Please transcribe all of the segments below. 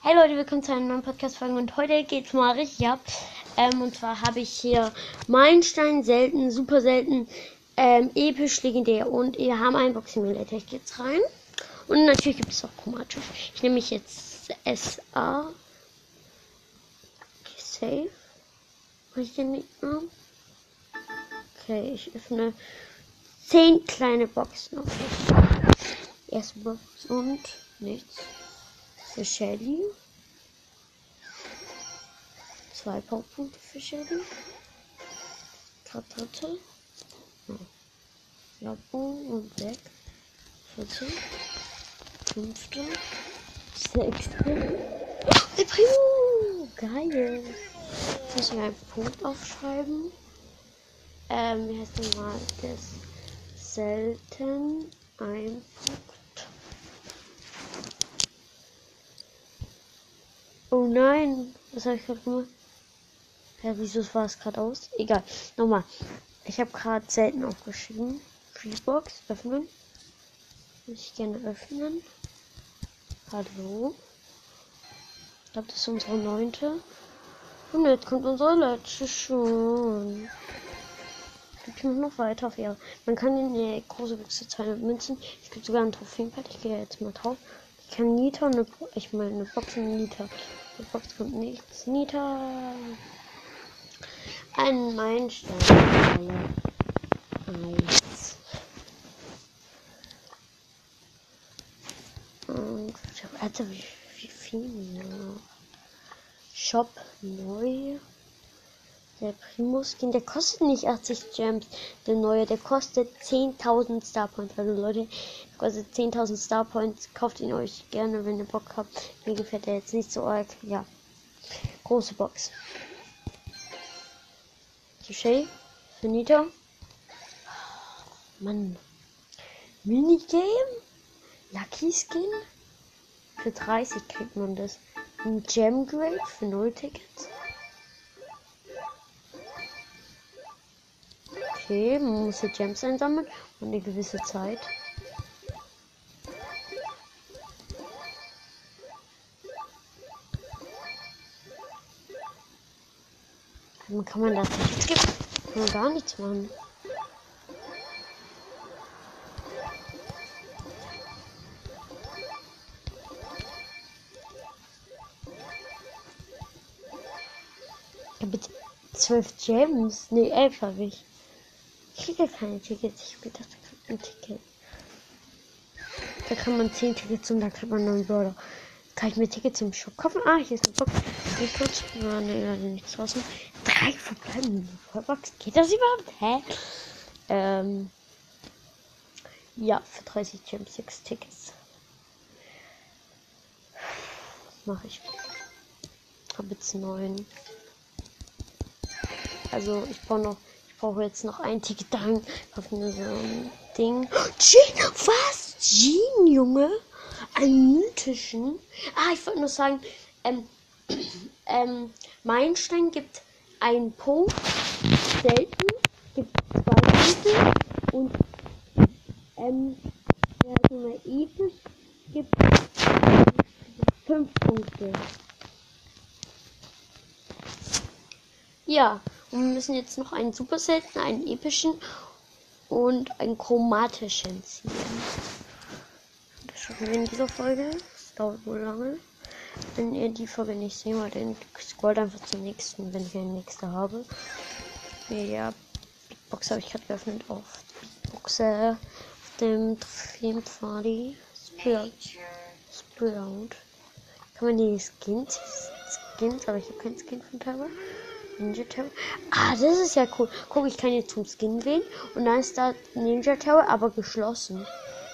Hey Leute, willkommen zu einer neuen Podcast-Folge und heute geht's mal richtig ab. Und zwar habe ich hier Meilenstein, selten, super selten, episch, legendär und wir haben ein Box Simulator. Ich gehe jetzt rein und natürlich gibt es auch chromatisch. Ich nehme mich jetzt SA. Okay, save. Habe ich den nicht mehr? Okay, ich öffne 10 kleine Boxen. Okay. Erste Box und nichts. Für Shelly. 2 Punkte für Shelly. Dritte. Werbung und weg. 14. 5. 6. El Primo! Geil! Jetzt muss ich einen Punkt aufschreiben. Wie heißt denn mal das? Selten ein Punkt. Oh nein! Was habe ich gerade gemacht? Ja, wieso war es gerade aus? Egal. Nochmal. Ich habe gerade selten aufgeschrieben. Freebox öffnen. Würde ich gerne öffnen. Hallo. Ich glaube, das ist unsere 9. Und jetzt kommt unsere letzte schon. Ich mache noch weiter auf ihr. Man kann in die große Büchse 200 Münzen. Es gibt sogar ein Trophäenpad. Ich gehe jetzt mal drauf. Ich kann Nita eine Box und Nita. Die Box kommt nichts. Nita. Ein Meilenstein. 1. Und ich habe also wie viel noch? Shop neu. Der Primo-Skin, der kostet nicht 80 Gems. Der neue, der kostet 10.000 Star Points. Also Leute, der kostet 10.000 Star Points. Kauft ihn euch gerne, wenn ihr Bock habt. Mir gefällt der jetzt nicht so arg. Ja. Große Box. Shay, Finito. Mann. Minigame? Lucky Skin? Für 30 kriegt man das. Ein Gem Grade für 0 Tickets. Okay, man muss die Gems einsammeln und eine gewisse Zeit. Kann man das nicht? Kann man gar nichts machen. Ich habe jetzt 12 Gems. Ne, 11 habe ich. Ich kriege keine Tickets. Ich habe gedacht, da kriegt man ein Ticket. Da kann man 10 Tickets und da kriegt man einen Brawler. Kann ich mir Tickets im Shop kaufen? Ah, hier ist eine Box. Nicht kurz. Ah, ne, leider nichts draußen. 3 verbleibende Vollbox. Geht das überhaupt? Hä? Ja, für 30 Gems 6 Tickets. Mache ich. Habe jetzt 9. Also ich brauche jetzt noch ein Ticket dahin. Kaufe mir so ein Ding. Jean, was? Jean, Junge? Einen mythischen? Ah, ich wollte nur sagen, Meilenstein gibt einen Punkt. Selten gibt 2 Punkte. Und der ist immer episch, gibt 5 Punkte. Ja, und wir müssen jetzt noch einen super selten, einen epischen und einen chromatischen ziehen. Das schaffen wir in dieser Folge. Das dauert wohl lange. Wenn ihr die Folge nicht sehen wollt, dann scrollt einfach zum nächsten, wenn ich eine nächste habe. Ja, Beatbox habe ich gerade geöffnet auf Beatboxer auf dem Trophäenpfad. Sprout. Kann man die Skins, aber ich habe keinen Skin von Terror. Ninja Tower. Ah, das ist ja cool. Guck, ich kann jetzt zum Skin wählen und dann ist da Ninja Tower, aber geschlossen.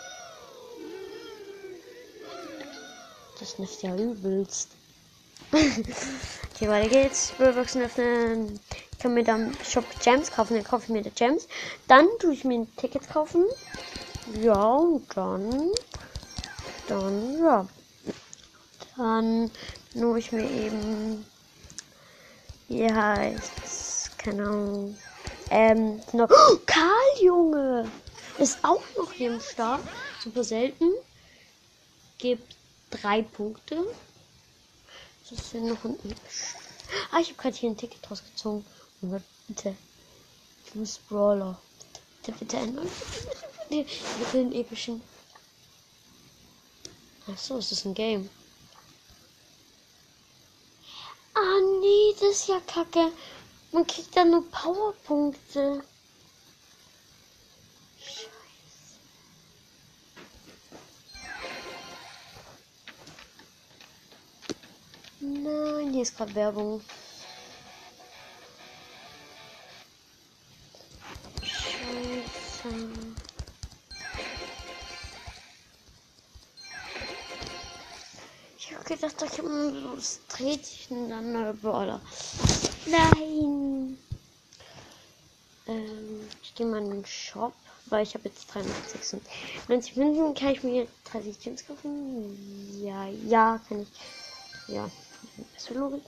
Das nervt ja übelst. Okay, weiter geht's. Brawlboxen öffnen. Ich kann mir dann Shop Gems kaufen. Dann kaufe ich mir die Gems. Dann tue ich mir Tickets kaufen. Ja, und dann ja. Dann nur ich mir eben. Wie heißt's? Keine Ahnung. Noch. Oh, Karl, Junge! Ist auch noch hier im Start. Super selten. Gibt 3 Punkte. ist denn noch ein episch? Ah, ich habe gerade hier ein Ticket rausgezogen. Oh Gott, bitte. Ich muss Brawler. Bitte ändern. Ich will einen epischen. Achso, es ist ein Game. Ah, nee, das ist ja kacke. Man kriegt dann nur Powerpunkte. Nein, hier ist gerade Werbung. Scheiße. Ich habe gedacht, ich habe das dreht sich dann Brawler. Nein. Ich gehe mal in den Shop, weil ich habe jetzt 396 Münzen. Kann ich mir 30 Gems kaufen? Ja, kann ich. Ja, das ist Logik.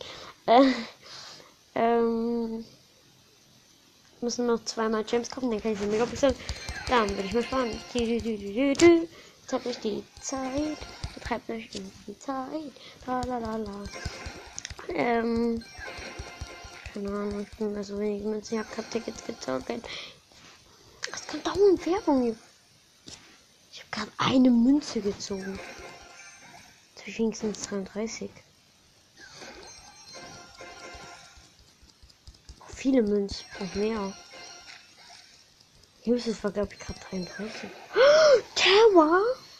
Müssen noch zweimal Gems kaufen, dann kann ich sie mega pixeln. Dann würde ich mal sparen. Treibt euch die Zeit. Treibt euch in die Zeit. Tralalala. Keine Ahnung, ich bin mir so wenig Münzen. Ich habe gerade Tickets gezogen. Es kommt dauernd Werbung. Ich habe gerade eine Münze gezogen. Jetzt habe ich wenigstens 33. Viele Münzen, ich brauche mehr. Hier ist es, war glaube ich gerade 33. Oh, Tower?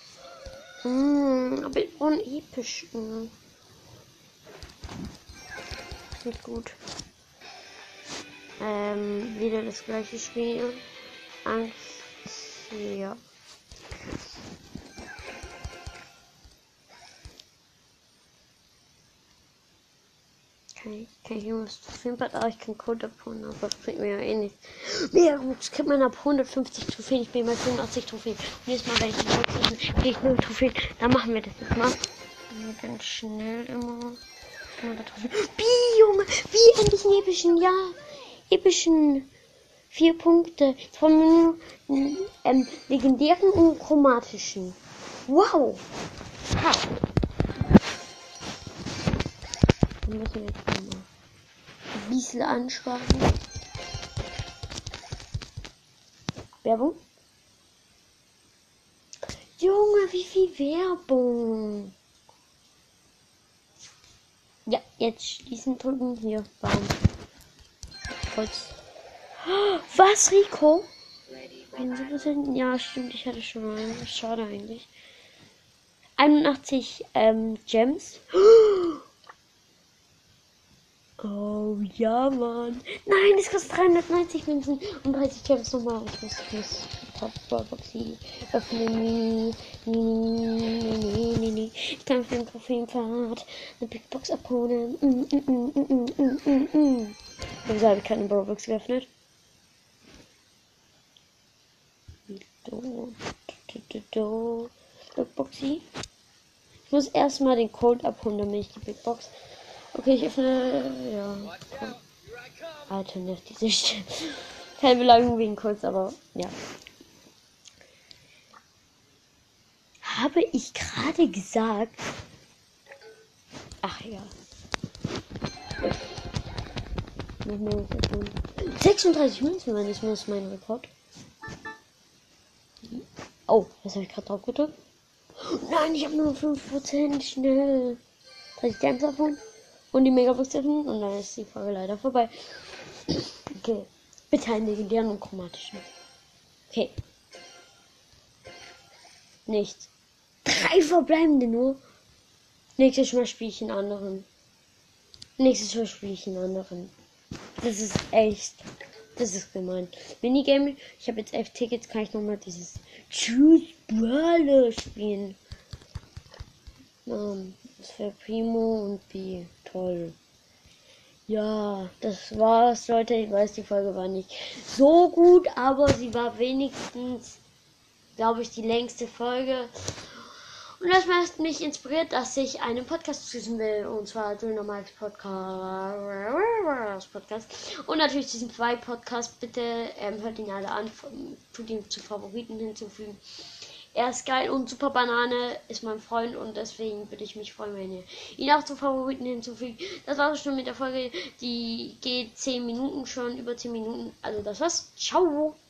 Aber ich brauche einen epischen. Nicht gut. Wieder das gleiche Spiel. Angst. Ja. Kann ich irgendwas Trophäen? Aber ich kann Code abholen, aber das bringt mir ja eh nicht. Mega gut, ich krieg man ab 150 Trophäen, ich bin bei 85 Trophäen. Und jedes Mal, wenn ich den Box öffne, krieg ich 0 Trophäen. Dann machen wir das jetzt mal. Ganz schnell immer. Junge, wie endlich einen epischen, ja. Epischen 4 Punkte. Von legendären und chromatischen. Wow. Ha. Dann müssen wir jetzt mal ein bisschen ansparen. Werbung. Junge, wie viel Werbung. Ja, jetzt schließen drücken. Hier, Baum. Holz. Was, Rico? Ja, stimmt, ich hatte schon mal einen. Schade eigentlich. 81 Gems. Oh ja, Mann. Nein, es kostet 390 Münzen und 30 Gems nochmal. Ich muss Top-Boxy öffnen. Ich kann für den Trophäenpfad eine Big Box abholen. Wieso habe ich keine Brawlbox geöffnet? Big Boxy. Ich muss erstmal den Code abholen, damit ich die Big Box. Okay, ich öffne. Ja. Alter, nervt diese Stimme. Keine Belangung wegen kurz, aber ja. Habe ich gerade gesagt? Ach ja. 36 Münzen, wenn ich muss mein Rekord. Oh, was habe ich gerade drauf gedrückt? Nein, ich habe nur 5% schnell. 30 Gems davon. Und die Megabox öffnen und dann ist die Folge leider vorbei. Okay. Bitte einen legendären und chromatischen. Okay. Nichts. 3 verbleibende nur. Nächstes Mal spiele ich einen anderen. Nächstes Mal spiele ich einen anderen. Das ist echt. Das ist gemein. Minigame. Ich habe jetzt 11 Tickets. Kann ich nochmal dieses Choose Brawler spielen. Das wäre Primo und B. Toll. Ja, das war's, Leute. Ich weiß, die Folge war nicht so gut, aber sie war wenigstens, glaube ich, die längste Folge. Und das hat mich inspiriert, dass ich einen Podcast schließen will. Und zwar Junior Mike's Podcast. Und natürlich diesen 2 Podcast. Bitte hört ihn alle an. Tut ihn zu Favoriten hinzufügen. Er ist geil und Super Banane ist mein Freund und deswegen würde ich mich freuen, wenn ihr ihn auch zu Favoriten hinzufügt. Das war's schon mit der Folge. Die geht 10 Minuten schon, über 10 Minuten. Also das war's. Ciao.